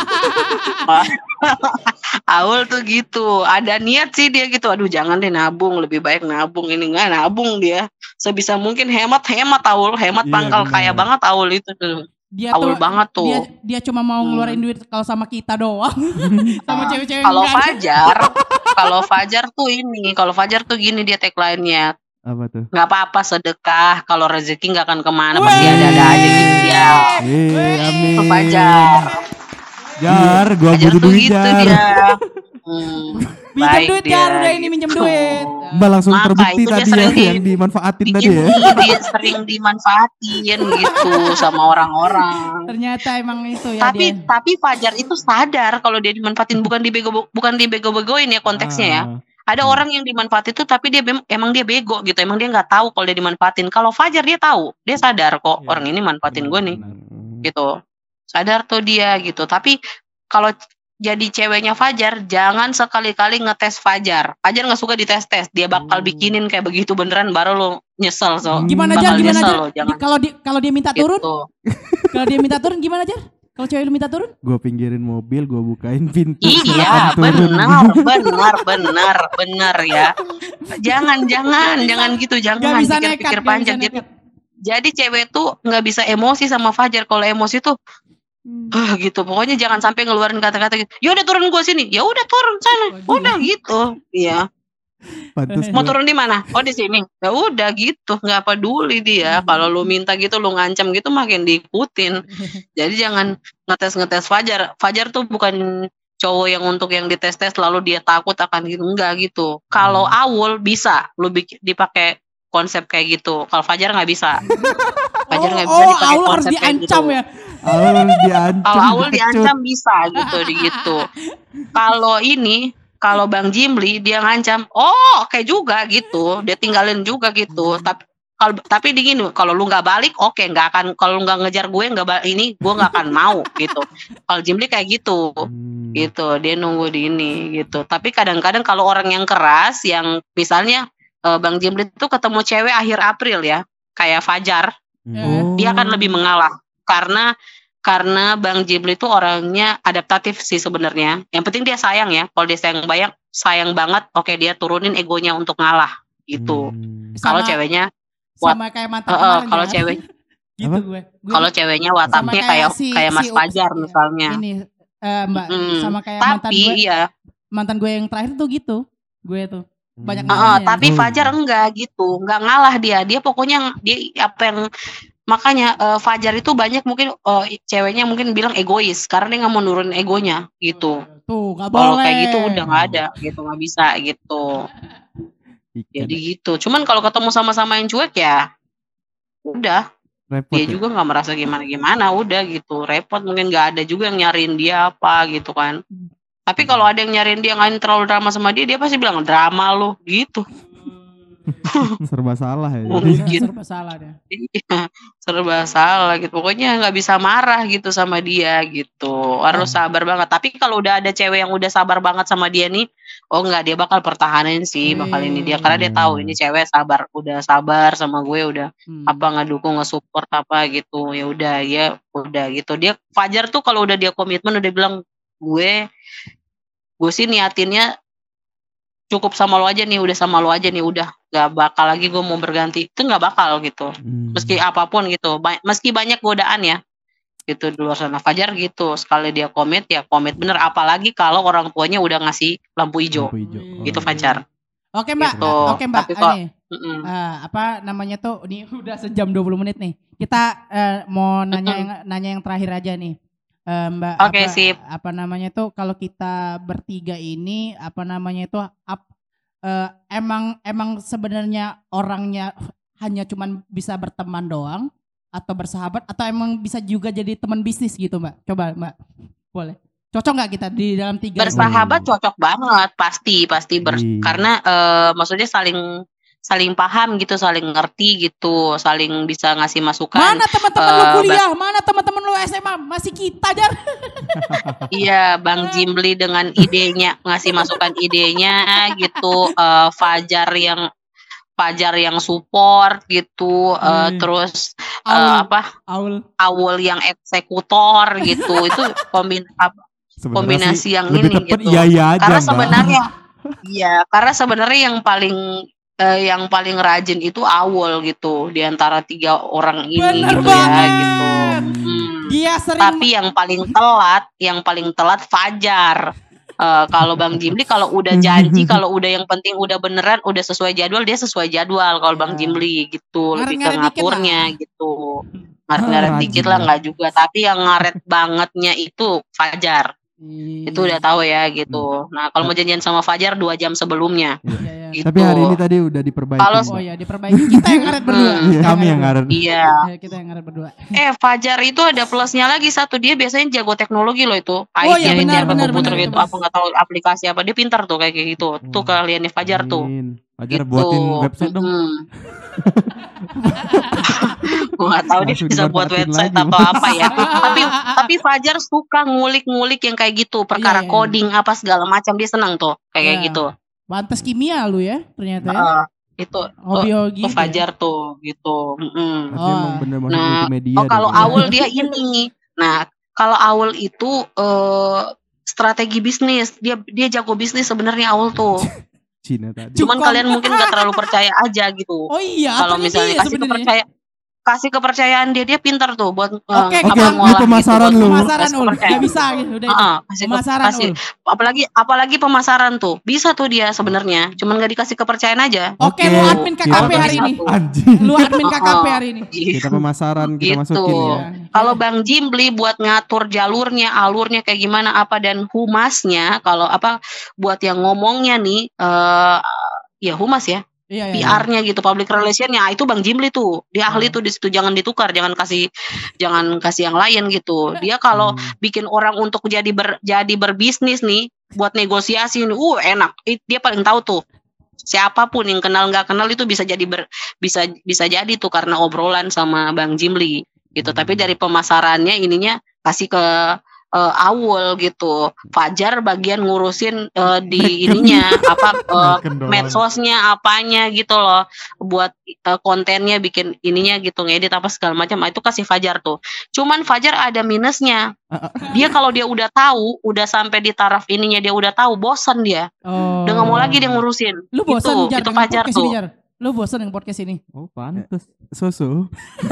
Aul tuh gitu. Ada niat sih dia gitu. Aduh jangan deh nabung. Lebih baik nabung. Ini nggak nabung dia. Sebisa mungkin hemat-hemat Aul. Hemat Iya, pangkal benar. kaya banget Aul itu tuh. Dia Aul tuh banget tuh. Dia dia cuma mau Hmm. ngeluarin duit kalau sama kita doang. Sama cewek-cewek Kalau enggak. Fajar, kalau Fajar tuh ini, kalau Fajar tuh gini dia tagline-nya, Apa tuh? nggak apa-apa sedekah, kalau rezeki nggak akan kemana, pasti ada-ada aja gitu ya. Eh, amin. Itu Fajar, Jar, gua Fajar butuh tuh duit gitu Jar. dia. Hmm, Minjem baik duit dia, Jar, udah ini minjem gitu. duit. Mbak langsung Maka terbukti itu dia tadi ya sering di- yang dimanfaatin tadi Bikin ya. dia sering dimanfaatin gitu sama orang-orang. Ternyata emang itu ya Tapi dia. tapi Fajar itu sadar kalau dia dimanfaatin bukan dibego bukan dibego-begoin ya konteksnya ya. Ah. Ada orang yang dimanfaatin itu tapi dia bem- emang dia bego gitu. Emang dia nggak tahu kalau dia dimanfaatin. Kalau Fajar dia tahu. Dia sadar kok Iya. orang ini manfaatin gue nih Benar. gitu. Sadar tuh dia gitu. Tapi kalau jadi ceweknya Fajar jangan sekali-kali ngetes Fajar. Fajar nggak suka dites-tes. Dia bakal Oh. bikinin kayak begitu beneran baru lo nyesel so. Gimana bakal Jar? Gimana nyesel Jar? lo, jangan. Di- Kalau dia kalau dia minta turun, Gitu. kalau dia minta turun gimana Jar? Kalau cewek lu minta turun? Gue pinggirin mobil, gue bukain pintu. Iya, silakan turun. benar, benar, benar, benar ya. Jangan, jangan, Gak jangan bisa- gitu, Gak jangan bisa nekat, pikir-pikir gak bisa panjang. Jadi, nekat. jadi cewek tuh nggak bisa emosi sama Fajar. Kalau emosi tuh, ah gitu. Pokoknya jangan sampai ngeluarin kata-kata gitu. Ya udah turun gua sini. Ya udah turun sana. Oh, Udah gitu. Iya. Pantes Mau gua- turun di mana? Oh di sini. Ya udah gitu. Nggak peduli dia. Kalau lu minta gitu, lu ngancam gitu, makin diikutin. Jadi jangan ngetes-ngetes Fajar. Fajar tuh bukan cowok yang untuk yang dites-tes lalu dia takut akan gitu. Enggak gitu. Kalau Aul bisa lu bikin dipakai konsep kayak gitu. Kalau Fajar nggak bisa. Fajar nggak bisa oh, dipakai Aul harus konsep kayak diancam gitu. ya. Awal diancam. Kalau Aul dipecut. diancam bisa gitu di gitu. Kalau ini kalau Bang Jimli dia ngancam, oh oke juga gitu, dia tinggalin juga gitu. Tapi kalau tapi dingin, kalau lu nggak balik, oke nggak akan, kalau lu nggak ngejar gue nggak ba- ini, gue nggak akan mau gitu. Kalau Jimli kayak gitu, Hmm. gitu dia nunggu di ini gitu. Tapi kadang-kadang kalau orang yang keras, yang misalnya eh, Bang Jimli tuh ketemu cewek akhir April ya, kayak Fajar, Oh. dia akan lebih mengalah karena karena Bang Jimli itu orangnya adaptatif sih sebenarnya. Yang penting dia sayang ya. Kalau dia sayang banyak, sayang banget, oke dia turunin egonya untuk ngalah gitu. Hmm. Kalau Sama- ceweknya, Sama kayak mantan Eh, eh, kemarin kalau ya. cewek, gitu Apa? gue. Gue kalau ceweknya sama wataknya kayak si- kayak Mas si Ups, Fajar iya. misalnya. Ini eh, Mbak, Mm. sama kayak mantan Tapi gue, iya, mantan gue yang terakhir tuh gitu. Gue tuh banyak Hmm. eh, eh, ngalahnya. tapi Oh, Fajar iya. enggak gitu, enggak ngalah dia. Dia pokoknya dia apa yang makanya eh, Fajar itu banyak mungkin eh, ceweknya mungkin bilang egois karena dia nggak mau nurunin egonya gitu. Tuh gak Kalau boleh. kayak gitu udah nggak ada gitu, nggak bisa gitu. Ikan. Jadi gitu. Cuman kalau ketemu sama-sama yang cuek ya udah, Repot dia ya? juga nggak merasa gimana-gimana, udah gitu. Repot, mungkin nggak ada juga yang nyariin dia apa gitu kan. Tapi kalau ada yang nyariin dia nggak terlalu drama sama dia, dia pasti bilang drama lo gitu. Serba salah ya. Oh, jadi. Serba- gitu. serba salah deh. Iya, serba salah gitu. Pokoknya nggak bisa marah gitu sama dia gitu. Harus sabar banget. Tapi kalau udah ada cewek yang udah sabar banget sama dia nih, oh nggak, dia bakal pertahanin sih, bakal ini dia, karena dia tahu ini cewek sabar, udah sabar sama gue, udah Hmm. apa ngedukung, nge-support apa gitu. Ya udah, ya udah gitu. Dia Fajar tuh kalau udah dia komitmen udah bilang gue gue sih niatinnya cukup sama lo aja nih, udah sama lo aja nih, udah gak bakal lagi gue mau berganti, itu nggak bakal gitu, Hmm. meski apapun gitu, ba- meski banyak godaan ya gitu di luar sana. Fajar gitu, sekali dia komit ya komit bener, apalagi kalau orang tuanya udah ngasih lampu hijau Lampu hijau. gitu. Oh. Fajar Oke Mbak, Gitu. oke Mbak, Tapi kok- ini Mm-mm. eh, apa namanya tuh? Ini udah sejam dua puluh menit nih. Kita eh, mau nanya yang nanya yang terakhir aja nih. Eh, Mbak, Oke, apa, sip. apa namanya tuh kalau kita bertiga ini apa namanya itu ap- eh, emang emang sebenarnya orangnya hanya cuman bisa berteman doang atau bersahabat, atau emang bisa juga jadi teman bisnis gitu Mbak? Coba Mbak, boleh. Cocok nggak kita di dalam tiga ini? Bersahabat Hmm. cocok banget, pasti pasti ber- Iya. karena eh, maksudnya saling saling paham gitu, saling ngerti gitu, saling bisa ngasih masukan. Mana teman-teman lu eh, kuliah? Mana teman-teman lu S M A? Masih kita aja. Iya, Bang Jimli dengan idenya, ngasih masukan idenya gitu. eh, Fajar yang Fajar yang support gitu. eh, Hmm. Terus eh, Aul, apa? Aul. Awul yang eksekutor gitu. Itu kombin apa, Sebenarnya kombinasi sih yang lebih ini tepat gitu. iya iya aja, Karena Mbak. sebenarnya, iya, karena sebenarnya yang paling eh, yang paling rajin itu Awul gitu, di antara tiga orang ini Bener gitu banget. ya gitu. Hmm. Hmm. Dia sering Tapi yang paling telat, yang paling telat Fajar. Eh, kalau Bang Jimli kalau udah janji, kalau udah yang penting udah beneran, udah sesuai jadwal, dia sesuai jadwal. Kalau Bang Ya. Jimli gitu, lebih ke Ngaret-ngaret dikit ngaturnya lah. gitu. Ngaret-ngaret Ah, dikit rajin lah ya. nggak juga, tapi yang ngaret bangetnya itu Fajar. Iya. Itu udah tahu ya gitu. Nah, kalau mau janjian sama Fajar dua jam sebelumnya Iya, iya. gitu. Tapi hari ini tadi udah diperbaiki. Kalau- Oh ya, diperbaiki. Kita yang ngaret berdua. Hmm. Kita Kami yang ngaret. Iya. Ya, kita yang ngaret berdua. Eh, Fajar itu ada plusnya lagi satu, dia biasanya jago teknologi loh itu. Oh, iya, I T, benar, apa benar, komputer benar, gitu, itu, apa nggak tahu aplikasi apa, dia pintar tuh kayak gitu. Tuh Hmm. kaliannya Fajar tuh. Amin. Fajar Gitu. buatin website dong. Mm-mm. Gua nggak tahu dia Langsung bisa buat dimanfaatin website lagi, atau apa ya. tapi tapi Fajar suka ngulik-ngulik yang kayak gitu, perkara Iya, iya. coding apa segala macam, dia senang tuh kayak Iya. gitu. Pantes kimia lu ya, ternyata ya. Heeh. Itu Hobi-hobi tuh gitu ya. Fajar tuh gitu. Mm-mm. Berarti emang Oh. bener masuk Nah, multimedia. Oh, kalau deh. Awul dia ini. Nah, kalau Awul itu eh, strategi bisnis. Dia dia jago bisnis sebenarnya Awul tuh. Cina tadi. Cuman Cukong. kalian mungkin gak terlalu percaya aja gitu. Oh iya, Kalau aturannya misalnya dia kasih sebenarnya. kepercayaan, kasih kepercayaan dia, dia pintar tuh buat eh, Oke, apa, oke, ngolah ini pemasaran gitu, lu. buat Pemasaran kasih ul, kepercayaan. gak bisa gitu, udah itu. Heeh, kasih, Pemasaran kasih. ul. Apalagi apalagi pemasaran tuh bisa tuh dia sebenarnya, cuman gak dikasih kepercayaan aja. Oke, Oke, lu admin K K P kita- hari ini. Anjing. Lu admin K K P hari ini. Kita pemasaran kita Gitu. masukin ya. Iya. Kalau Bang Jimli buat ngatur jalurnya, alurnya kayak gimana apa, dan humasnya, kalau apa buat yang ngomongnya nih, eh ya humas ya, Iya, iya. P R-nya gitu, public relation-nya, itu Bang Jimli tuh, dia ahli Oh. tuh di situ, jangan ditukar, jangan kasih, jangan kasih yang lain gitu. Dia kalau Hmm. bikin orang untuk jadi ber, jadi berbisnis nih, buat negosiasi, uh enak. Dia paling tahu tuh. Siapapun yang kenal nggak kenal itu bisa jadi ber, bisa bisa jadi tuh karena obrolan sama Bang Jimli gitu. Tapi dari pemasarannya ininya kasih ke uh, Awul gitu. Fajar bagian ngurusin uh, di ininya apa uh, medsosnya apanya gitu loh, buat uh, kontennya bikin ininya gitu, ngedit apa segala macam. Itu kasih Fajar tuh. Cuman Fajar ada minusnya. Dia kalau dia udah tahu, udah sampai di taraf ininya dia udah tahu, bosan dia. Oh. Udah nggak mau lagi dia ngurusin. Lu bosan itu, Jar, itu dengan Fajar podcast tuh. ini, Jar? Lu bosan dengan podcast ini? Oh, pantes. So-so.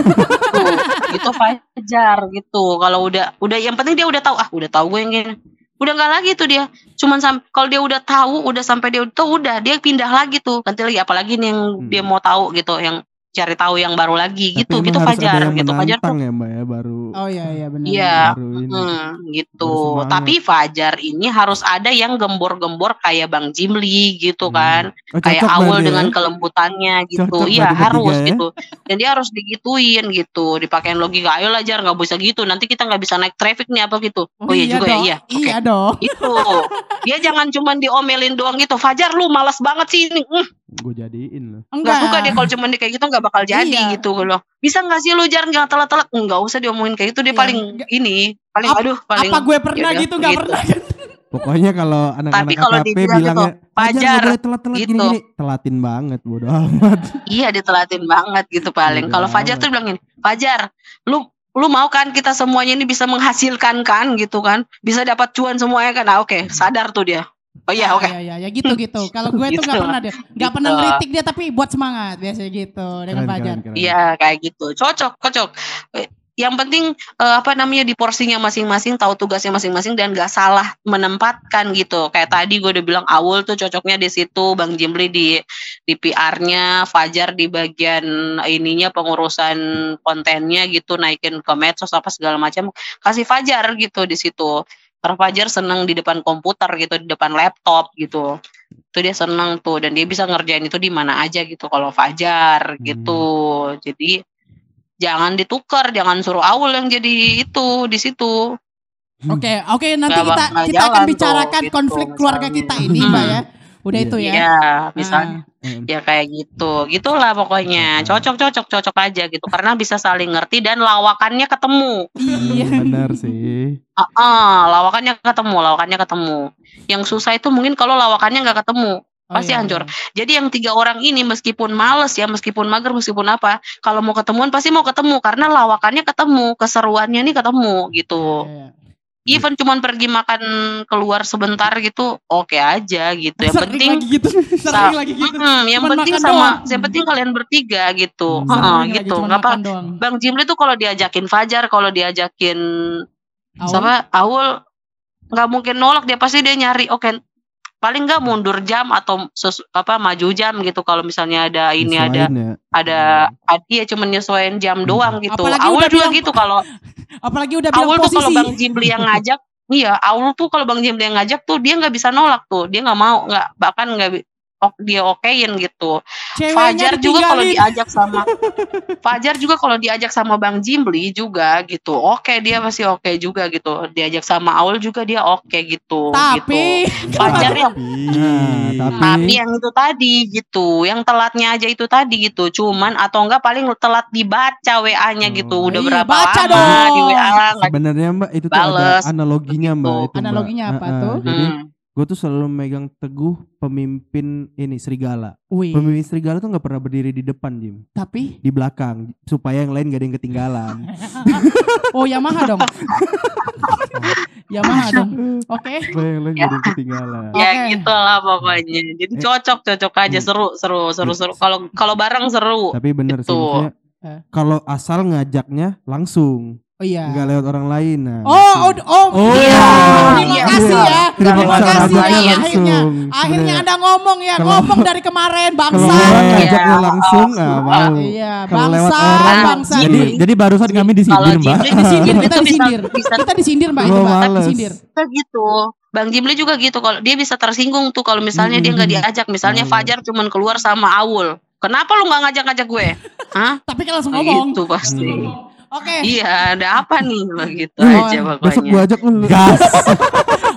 Tuh, itu Fajar gitu. Kalau udah udah yang penting dia udah tahu, ah udah tahu gue yang gini. Udah nggak lagi tuh dia. Cuman sam- kalau dia udah tahu, udah sampai dia tuh udah dia pindah lagi tuh. Nanti lagi apalagi nih yang Hmm. dia mau tahu gitu, yang cari tahu yang baru lagi gitu. Tapi Gitu emang harus Fajar ada yang gitu. Fajar tuh menantang ya Mbak ya, baru Oh iya iya benar. iya, baru ini. hmm, gitu. Baru semangat. Tapi Fajar ini harus ada yang gembor-gembor kayak Bang Jimli gitu kan. Oh, Kayak cocok Awul berarti dengan ya? kelembutannya gitu. Cocok Iya berarti harus bertiga ya? gitu. Dan dia harus digituin gitu. Dipakein logika, ayo lah Jar, nggak bisa gitu. Nanti kita nggak bisa naik traffic nih apa gitu. Oh, iya juga dong. ya, iya. Oke. Iya dong. Itu. Dia jangan cuman diomelin doang gitu. Fajar lu malas banget sih ini. Mm, Gue jadiin loh. nggak Enggak. suka dia kalau cuman dia kayak gitu nggak bakal jadi Iya. gitu loh. Bisa nggak sih lu Jar jangan telat-telat? Nggak usah diomongin kayak gitu. Dia Iya, paling nggak- ini, paling Ap- aduh, paling. Apa gue pernah Yaudah, gitu? Nggak gitu. pernah kan? Pokoknya kalau anak-anak Tapi kalau A K P dibilang bilangnya gitu, Fajar Fajar, nggak boleh telat-telat gitu. gini-gini. Telatin banget, bodo amat. Iya ditelatin banget gitu paling. Bodo Kalau Fajar amat. tuh bilang gini, Fajar, lu lu mau kan kita semuanya ini bisa menghasilkan kan gitu kan, bisa dapat cuan semuanya kan? Nah, oke, sadar tuh dia. Oh iya, oke. Iya iya ya gitu gitu. Kalau gue tuh nggak Gitu. pernah deh. Nggak Gitu. pernah ngeritik dia tapi buat semangat biasanya gitu dengan Keren, Fajar. keren, keren. Iya kayak gitu, cocok, cocok. Eh, Yang penting eh, apa namanya di porsinya masing-masing, tahu tugasnya masing-masing dan gak salah menempatkan gitu. Kayak tadi gue udah bilang Awul tuh cocoknya di situ, Bang Jimli di di P R-nya, Fajar di bagian ininya pengurusan kontennya gitu, naikin ke medsos apa segala macam. Kasih Fajar gitu di situ. Karena Fajar seneng di depan komputer gitu, di depan laptop gitu. Itu dia seneng tuh dan dia bisa ngerjain itu di mana aja gitu kalau Fajar gitu. Jadi jangan ditukar, jangan suruh Awul yang jadi itu di situ. Oke oke nanti Nggak kita bakal kita akan jalan bicarakan tuh, gitu, konflik keluarga misalnya. kita ini, Hmm. Mbak ya. Udah Iya. itu ya. Iya, misalnya Ah. ya kayak gitu. Gitulah pokoknya. Cocok cocok cocok aja gitu karena bisa saling ngerti dan lawakannya ketemu. Iya. Hmm, benar sih. Ah, ah, lawakannya ketemu, lawakannya ketemu. Yang susah itu mungkin kalau lawakannya nggak ketemu. Oh, Pasti iya, hancur. iya. Jadi yang tiga orang ini meskipun males ya, meskipun mager, meskipun apa, kalau mau ketemuan pasti mau ketemu karena lawakannya ketemu, keseruannya nih ketemu gitu. Iya, iya. Even cuman pergi makan keluar sebentar gitu, oke aja gitu. Yang Sering penting lagi gitu. Sering lagi gitu. Mm-mm, yang Cuman penting makan sama, doang. yang penting kalian bertiga gitu. Hmm. Heeh, Sering lagi gitu. cuman Nggak apa. makan doang. Bang Jimli tuh kalau diajakin Fajar, kalau diajakin Awal? sama Awul, nggak mungkin nolak dia, pasti dia nyari. Oke, paling nggak mundur jam atau sesu, apa maju jam gitu. Kalau misalnya ada ini ada Nyesuaiin ya. ada dia cuma nyesuaiin jam doang gitu. Apalagi Awul udah juga bilang- gitu kalau Apalagi udah bilang Awul tuh kalau posisi. Bang Jimli yang ngajak, iya, Awul tuh kalau Bang Jimli yang ngajak tuh dia nggak bisa nolak tuh, dia nggak mau, nggak bahkan nggak bi- ok, dia okein gitu. Ceweknya Fajar juga kalau ditinggalin. diajak sama Fajar juga kalau diajak sama Bang Jimli juga gitu, oke dia pasti oke juga gitu. Diajak sama Awul juga dia oke gitu. Tapi gitu. Fajar yang Nah, tapi, tapi yang itu tadi gitu, yang telatnya aja itu tadi gitu, cuman atau enggak paling telat dibaca W A-nya gitu, Oh. udah Iya, berapa baca lama dong. di W A nggak sebenarnya Mbak itu tuh Bales, ada analoginya Mbak gitu. itu Mbak. Analoginya apa Heeh, tuh? Jadi Hmm. gue tuh selalu megang teguh pemimpin ini serigala. Wih, Pemimpin serigala tuh nggak pernah berdiri di depan, Jim, tapi di belakang supaya yang lain gak ada yang ketinggalan. oh Yamaha dong. Yamaha dong. Oke. Supaya yang lain gak ada yang ketinggalan. Ya Oke. gitulah pokoknya. Jadi cocok cocok aja, Hmm. seru seru seru seru. Kalau kalau bareng seru. Tapi bener sih Gitu. maksudnya Eh. kalau asal ngajaknya langsung, Oh iya. nggak lewat orang lain. Nah, Oh, oh, gitu. oh, Oh, iya. Terima iya. kasih ya. Terima Terima kasih kasih ya. ngajaknya Akhirnya, langsung. akhirnya Sebenarnya. Anda ngomong ya, Kalau- ngomong dari kemarin, Kalau bangsa. orang Iya. ngajaknya langsung nggak Oh, mau. Iya, Kalau lewat bangsa, orang, bangsa. Jadi jadi barusan kami Kalau disindir, Mbak. Jimli disindir, kita itu bisa disindir. bisa Kita disindir, Mbak, itu, Gua Mbak. Kita males. disindir. bisa gitu. Bang Jimli juga gitu, kalau dia bisa tersinggung tuh kalau misalnya dia nggak diajak, misalnya Males. Fajar cuman keluar sama Awul. Kenapa lu nggak ngajak-ngajak gue? Hah? Tapi kan langsung Nah, ngomong. gitu pasti. Hmm. Oke. Iya, ada apa nih begitu Oh, aja Besok pokoknya. gua ajak lu. Gas.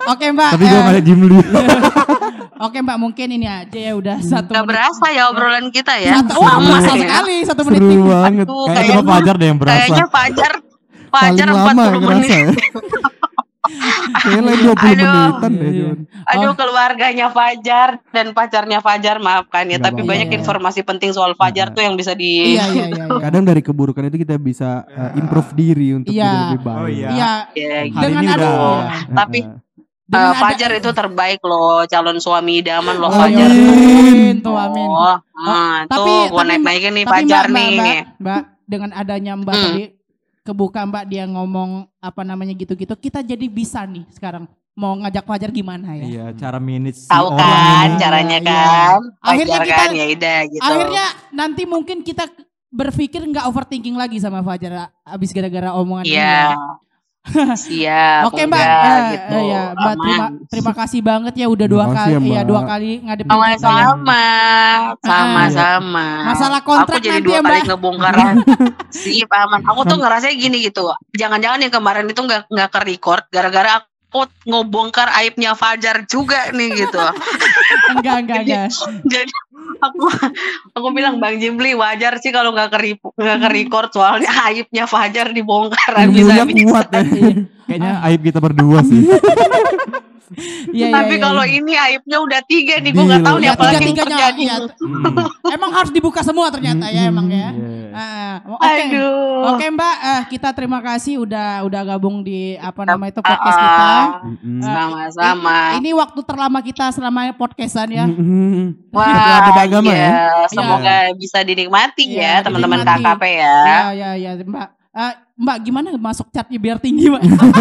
Oke Mbak. Tapi gue eh, ngeliat Jimli. Oke Mbak, mungkin ini aja ya udah satu Gak menit. berasa ya obrolan kita ya. Satu, wah, Sama berasa ya. sekali satu menit. Seru ini. banget. Aduh, Kayaknya kayak- cuma Fajar deh yang berasa. Kayaknya Fajar Paling Fajar lama empat yang puluh ngerasa menit. ya. Kayaknya lagi dua puluh Aduh. menitan deh. Iya, Cuman. Aduh, Oh. keluarganya Fajar dan pacarnya Fajar, maafkan ya. Nggak Tapi apa-apa. banyak Iya. informasi penting soal Fajar Nah. tuh yang bisa di. Iya iya iya. iya. Kadang dari keburukan itu kita bisa uh, improve diri untuk Iya. jadi lebih baik. Oh, iya. Iya. Ya, Hari Dengan ini ada udah- iya. Tapi Heeh. Dengan eh, ada- Fajar itu terbaik loh, calon suami idaman loh Oh, Fajar. amin tuh amin. Oh, nah, tapi- tuh gua tapi naik Mbak- naikin nih Tapi Fajar Mbak, nih. Mbak, Mbak, Mbak, dengan adanya Mbak Hmm. tadi kebuka Mbak dia ngomong apa namanya gitu-gitu, kita jadi bisa nih sekarang mau ngajak Fajar gimana ya? Iya, cara manage si Tahu orang kan ini. caranya Iya, iya. kan? Akhirnya Fajar kita- kan ya udah gitu. Akhirnya nanti mungkin kita berpikir nggak overthinking lagi sama Fajar abis gara-gara omongan ini. Iya. Ya. Siap. Oke Mbak, enggak, eh, gitu. eh, ya, Mbak Aman. terima terima kasih banget ya udah dua Terima kasih kali, ya, iya Mbak. dua kali ngadepin kita ya. Sama-sama, sama-sama. Masalah kontrak aku jadi nanti dua ya, kali Mbak. ngebongkaran. Sip, aman. Aku tuh ngerasanya gini gitu. Jangan-jangan yang kemarin itu nggak nggak ke record gara-gara aku ngebongkar aibnya Fajar juga nih gitu. Enggak enggak enggak. Jadi aku aku bilang Bang Jimli wajar sih kalau nggak ke ri- nggak ke record soalnya aibnya Fajar dibongkar Ilmunya bisa-bisa. kuat ya. Kayaknya aib kita berdua sih. Iya iya. Tapi iya, kalau iya. ini aibnya udah tiga nih, gue nggak tahu nih Iya, apa lagi yang tiga-tiganya, terjadi. iya. Hmm. Emang harus dibuka semua ternyata ya emang ya. Iya. Ah, Oke. Aduh. Oke Mbak, eh, kita terima kasih udah udah gabung di apa nama itu Ah, podcast ah. kita. Mm-mm. Ah, Sama-sama. Ini waktu terlama kita selama podcastan ya. Mm-mm. Wah, Setelah beda agama iya. ya. Semoga bisa dinikmati Iya, ya teman-teman K dinikmati. K P ya. Ya ya ya Mbak. Eh, Mbak gimana masuk chatnya biar tinggi Mbak?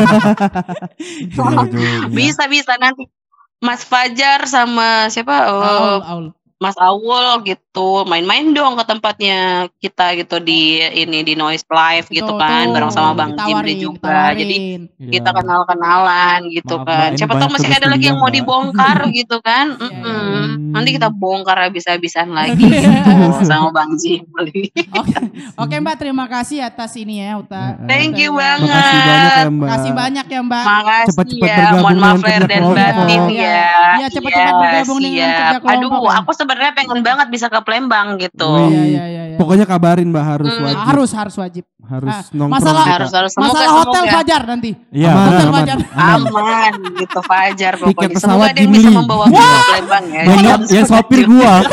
Jauh juga. Bisa bisa nanti Mas Fajar sama siapa? eh, Aul, Aul. Mas Awul gitu, main-main dong ke tempatnya kita gitu di ini di Noise Live gitu Tuh, kan, tuh, bareng sama Bang ditawarin, Jimli juga. ditawarin. Jadi Iya. kita kenal-kenalan gitu Maaf, kan. Mbak, ini Siapa tahu banyak masih tugas ada lagi kuliah, yang mau Mbak. dibongkar gitu kan. Iya, iya, Mm-mm. iya. Nanti kita bongkar habis-habisan lagi gitu sama Bang Jimli. Oke, oke Mbak, terima kasih atas ini ya, Uta. Thank you Uta- banget. Makasih banyak ya Mbak. Makasih banyak ya Mbak. Makasih Cepet-cepet ya. bergabung Mohon maaf dengan lahir kerja dan kelompok. batin Iya, ya. iya, cepet-cepet bergabung dengan siap. kerja kelompok Aduh, ya. aku sebenarnya pengen banget bisa ke Palembang gitu. Wih. Iya, iya, iya, iya. Pokoknya kabarin Mbak, harus Hmm, wajib. harus harus wajib. Harus Ah, nongkrong masalah- kita. Harus harus semoga Masalah hotel semoga Fajar nanti. Iya. Aman, Hotel aman, Fajar. aman. aman gitu Fajar Tiket pokoknya. pesawat Semoga ada yang bisa Jimli. membawa kita ke Palembang ya. Yang Jangan yang suka sopir Jimli. gua.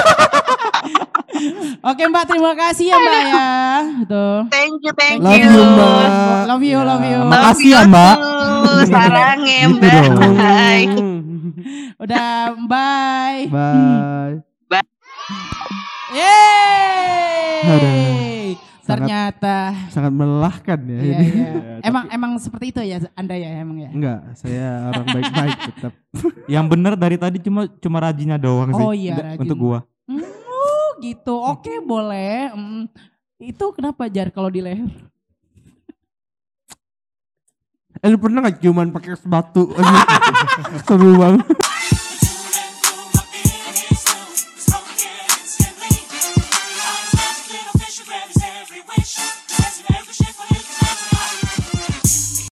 Oke Mbak, terima kasih ya Mbak ya. Tuh. Thank you, thank Love you. you Mbak. Love you, love you. Ya, makasih ya, Mbak. Sarangnya Gitu Mbak. dong. Bye. Udah, bye. Bye. Yeay. Aduh. Ternyata Sangat melelahkan ya iya, ini. iya. Emang emang seperti itu ya Anda ya emang ya. Enggak, saya orang baik-baik tetap. Yang bener dari tadi cuma cuma rajinnya doang sih. Oh iya, Nggak, rajin. untuk gua. Hmm, oh, gitu. Oke, boleh. Hmm, itu kenapa Jar kalau di leher? Eh lu pernah gak ciuman pakai es batu? Seru banget.